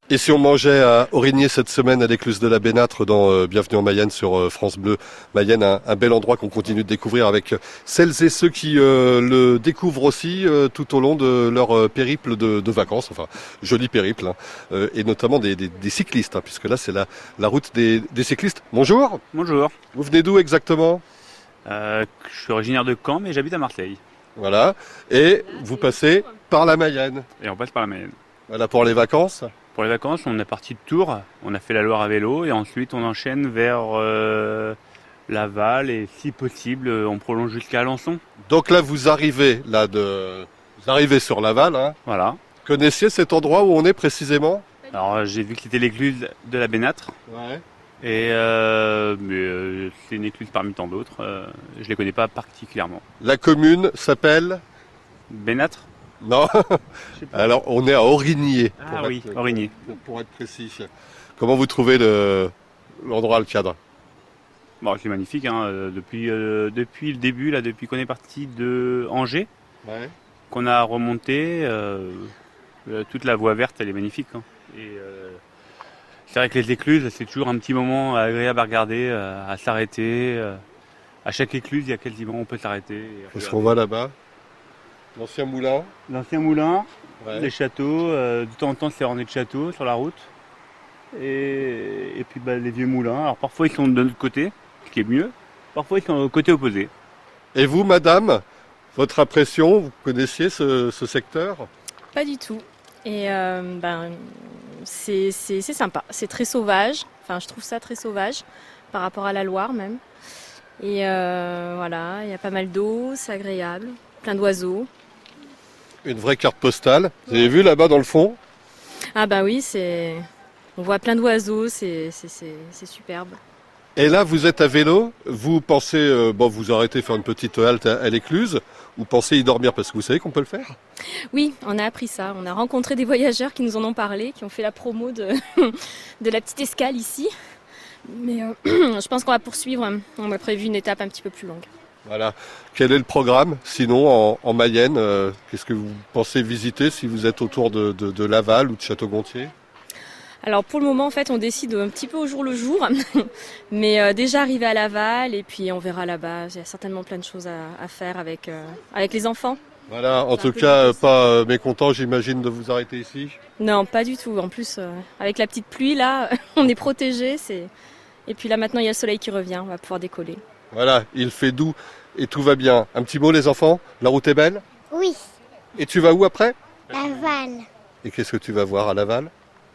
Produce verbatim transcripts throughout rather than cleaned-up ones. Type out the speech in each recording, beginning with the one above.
Et si on mangeait à Origné cette semaine à l'écluse de la Bénâtre dans euh, Bienvenue en Mayenne sur euh, France Bleu Mayenne, un, un bel endroit qu'on continue de découvrir avec celles et ceux qui euh, le découvrent aussi euh, tout au long de leur euh, périple de, de vacances, enfin joli périple, hein, euh, et notamment des, des, des cyclistes, hein, puisque là c'est la, la route des, des cyclistes. Bonjour. Bonjour. Vous venez d'où exactement? euh, Je suis originaire de Caen mais j'habite à Marseille. Voilà, et vous passez par la Mayenne. Et on passe par la Mayenne. Voilà pour les vacances. Pour les vacances, on est parti de Tours, on a fait la Loire à vélo et ensuite on enchaîne vers euh, Laval et si possible on prolonge jusqu'à Alençon. Donc là vous arrivez là de vous arrivez sur Laval, hein. Voilà. Connaissiez cet endroit où on est précisément? Alors j'ai vu que c'était l'écluse de la Bénâtre. Ouais. Et euh, mais euh, c'est une écluse parmi tant d'autres. Euh, je les connais pas particulièrement. La commune s'appelle? Bénâtre? Non. Alors on est à Origné. Ah oui, être, Origné. Pour, pour être précis. Comment vous trouvez le, l'endroit, le cadre? Bon, c'est magnifique. Hein. Depuis, euh, depuis le début, là, depuis qu'on est parti de Angers, ouais. qu'on a remonté, euh, toute la voie verte, elle est magnifique. Hein. Et euh, c'est vrai que les écluses, c'est toujours un petit moment agréable à regarder, à s'arrêter. À chaque écluse, il y a quasiment on peut s'arrêter. Qu'est-ce qu'on voit là-bas? L'ancien moulin. L'ancien moulin, ouais. Les châteaux, euh, de temps en temps c'est orné de châteaux sur la route. Et, et puis bah, les vieux moulins. Alors parfois ils sont de notre côté, ce qui est mieux. Parfois ils sont au côté opposé. Et vous, madame, votre impression, vous connaissiez ce, ce secteur? Pas du tout. Et euh, ben, c'est, c'est, c'est sympa. C'est très sauvage. Enfin, je trouve ça très sauvage par rapport à la Loire même. Et euh, voilà, il y a pas mal d'eau, c'est agréable, plein d'oiseaux. Une vraie carte postale. Vous avez vu là-bas dans le fond? Ah ben oui, c'est... on voit plein d'oiseaux, c'est, c'est, c'est, c'est superbe. Et là, vous êtes à vélo, vous pensez, euh, bon, vous arrêtez faire une petite halte à, à l'écluse, vous pensez y dormir parce que vous savez qu'on peut le faire? Oui, on a appris ça. On a rencontré des voyageurs qui nous en ont parlé, qui ont fait la promo de, de la petite escale ici. Mais euh, je pense qu'on va poursuivre. On a prévu une étape un petit peu plus longue. Voilà. Quel est le programme, sinon, en, en Mayenne? euh, Qu'est-ce que vous pensez visiter si vous êtes autour de, de, de Laval ou de Château-Gontier? Alors pour le moment, en fait, on décide un petit peu au jour le jour. Mais euh, déjà arrivé à Laval et puis on verra là-bas. Il y a certainement plein de choses à, à faire avec, euh, avec les enfants. Voilà, en tout cas, pas euh, mécontent, j'imagine, de vous arrêter ici? Non, pas du tout. En plus, euh, avec la petite pluie, là, on est protégé. C'est... Et puis là, maintenant, il y a le soleil qui revient. On va pouvoir décoller. Voilà, il fait doux et tout va bien. Un petit mot, les enfants? La route est belle? Oui. Et tu vas où après? Laval. Et qu'est-ce que tu vas voir à Laval?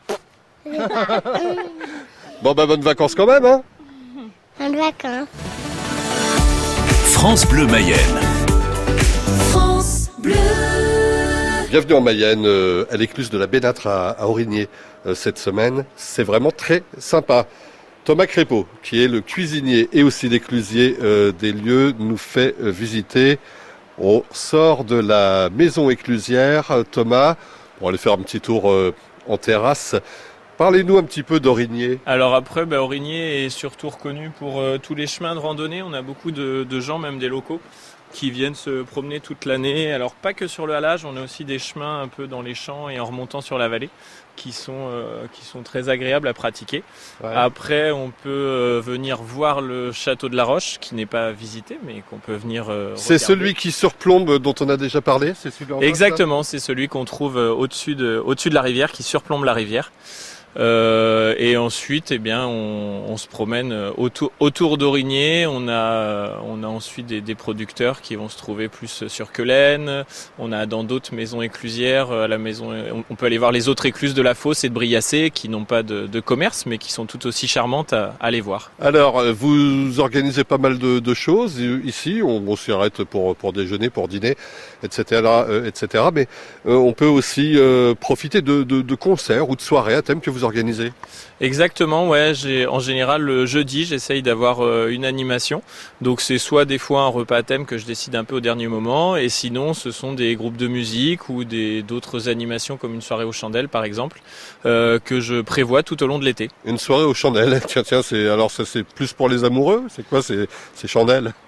Bon, bah, bonnes vacances quand même, hein? Bonnes vacances. France Bleu Mayenne. France Bleu. Bienvenue en Mayenne, euh, à l'écluse de la Bénâtre à, à Origné euh, cette semaine. C'est vraiment très sympa. Thomas Crépeau, qui est le cuisinier et aussi l'éclusier euh, des lieux, nous fait euh, visiter. On sort de la maison éclusière. Thomas, on va aller faire un petit tour euh, en terrasse. Parlez-nous un petit peu d'Origné. Alors après, bah, Origné est surtout reconnu pour euh, tous les chemins de randonnée. On a beaucoup de, de gens, même des locaux, qui viennent se promener toute l'année. Alors pas que sur le halage, on a aussi des chemins un peu dans les champs et en remontant sur la vallée qui sont, euh, qui sont très agréables à pratiquer. Ouais. Après, on peut euh, venir voir le château de la Roche, qui n'est pas visité, mais qu'on peut venir euh, C'est regarder. Celui qui surplombe, dont on a déjà parlé, c'est celui en Exactement, c'est celui qu'on trouve euh, au-dessus de, au-dessus de la rivière, qui surplombe la rivière. Euh, et ensuite, eh bien, on, on se promène autour, autour d'Origné. On a, on a ensuite des, des producteurs qui vont se trouver plus sur Quelaine. On a dans d'autres maisons éclusières, à la maison, on peut aller voir les autres écluses de la Fosse et de Briassé, qui n'ont pas de, de commerce, mais qui sont tout aussi charmantes à, à aller voir. Alors, vous organisez pas mal de, de choses ici. On, on s'y arrête pour, pour déjeuner, pour dîner, et cetera, euh, et cetera. Mais euh, on peut aussi euh, profiter de, de, de concerts ou de soirées à thème que vous organisé. Exactement, ouais. J'ai, en général, le jeudi, j'essaye d'avoir euh, une animation. Donc, c'est soit des fois un repas à thème que je décide un peu au dernier moment, et sinon, ce sont des groupes de musique ou des, d'autres animations comme une soirée aux chandelles, par exemple, euh, que je prévois tout au long de l'été. Une soirée aux chandelles. Tiens, tiens, c'est alors ça, c'est plus pour les amoureux. C'est quoi, c'est, c'est chandelles?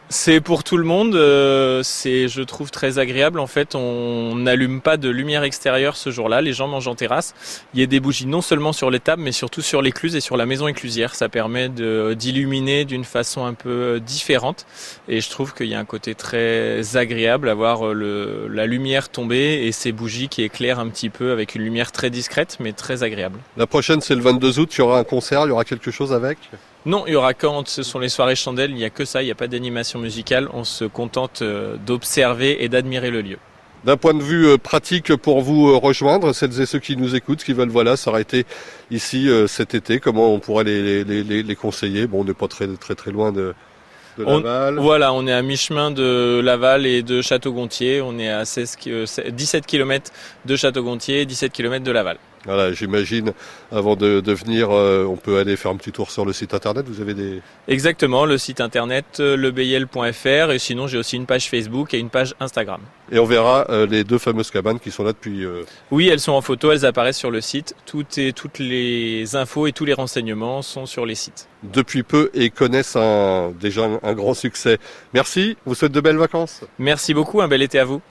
C'est pour tout le monde, euh, c'est je trouve très agréable. En fait, on n'allume pas de lumière extérieure ce jour-là, les gens mangent en terrasse. Il y a des bougies non seulement sur les tables, mais surtout sur l'écluse et sur la maison éclusière. Ça permet de, d'illuminer d'une façon un peu différente. Et je trouve qu'il y a un côté très agréable à voir le, la lumière tomber et ces bougies qui éclairent un petit peu avec une lumière très discrète, mais très agréable. La prochaine, c'est le vingt-deux août, il y aura un concert, il y aura quelque chose avec ? Non, il y aura quand ce sont les soirées chandelles, il n'y a que ça, il n'y a pas d'animation musicale, on se contente d'observer et d'admirer le lieu. D'un point de vue pratique pour vous rejoindre, celles et ceux qui nous écoutent, qui veulent voilà, s'arrêter ici cet été, comment on pourrait les, les, les, les conseiller ? Bon, on n'est pas très très très loin de, de Laval. On, voilà, on est à mi-chemin de Laval et de Château-Gontier, on est à seize, dix-sept kilomètres de Château-Gontier, dix-sept kilomètres de Laval. Voilà, j'imagine, avant de, de venir, euh, on peut aller faire un petit tour sur le site internet. Vous avez des... Exactement, le site internet lebeyel point f r et sinon j'ai aussi une page Facebook et une page Instagram. Et on verra euh, les deux fameuses cabanes qui sont là depuis... Euh... Oui, elles sont en photo, elles apparaissent sur le site. Tout et, toutes les infos et tous les renseignements sont sur les sites. Depuis peu et connaissent un, déjà un, un grand succès. Merci, vous souhaite de belles vacances. Merci beaucoup, un bel été à vous.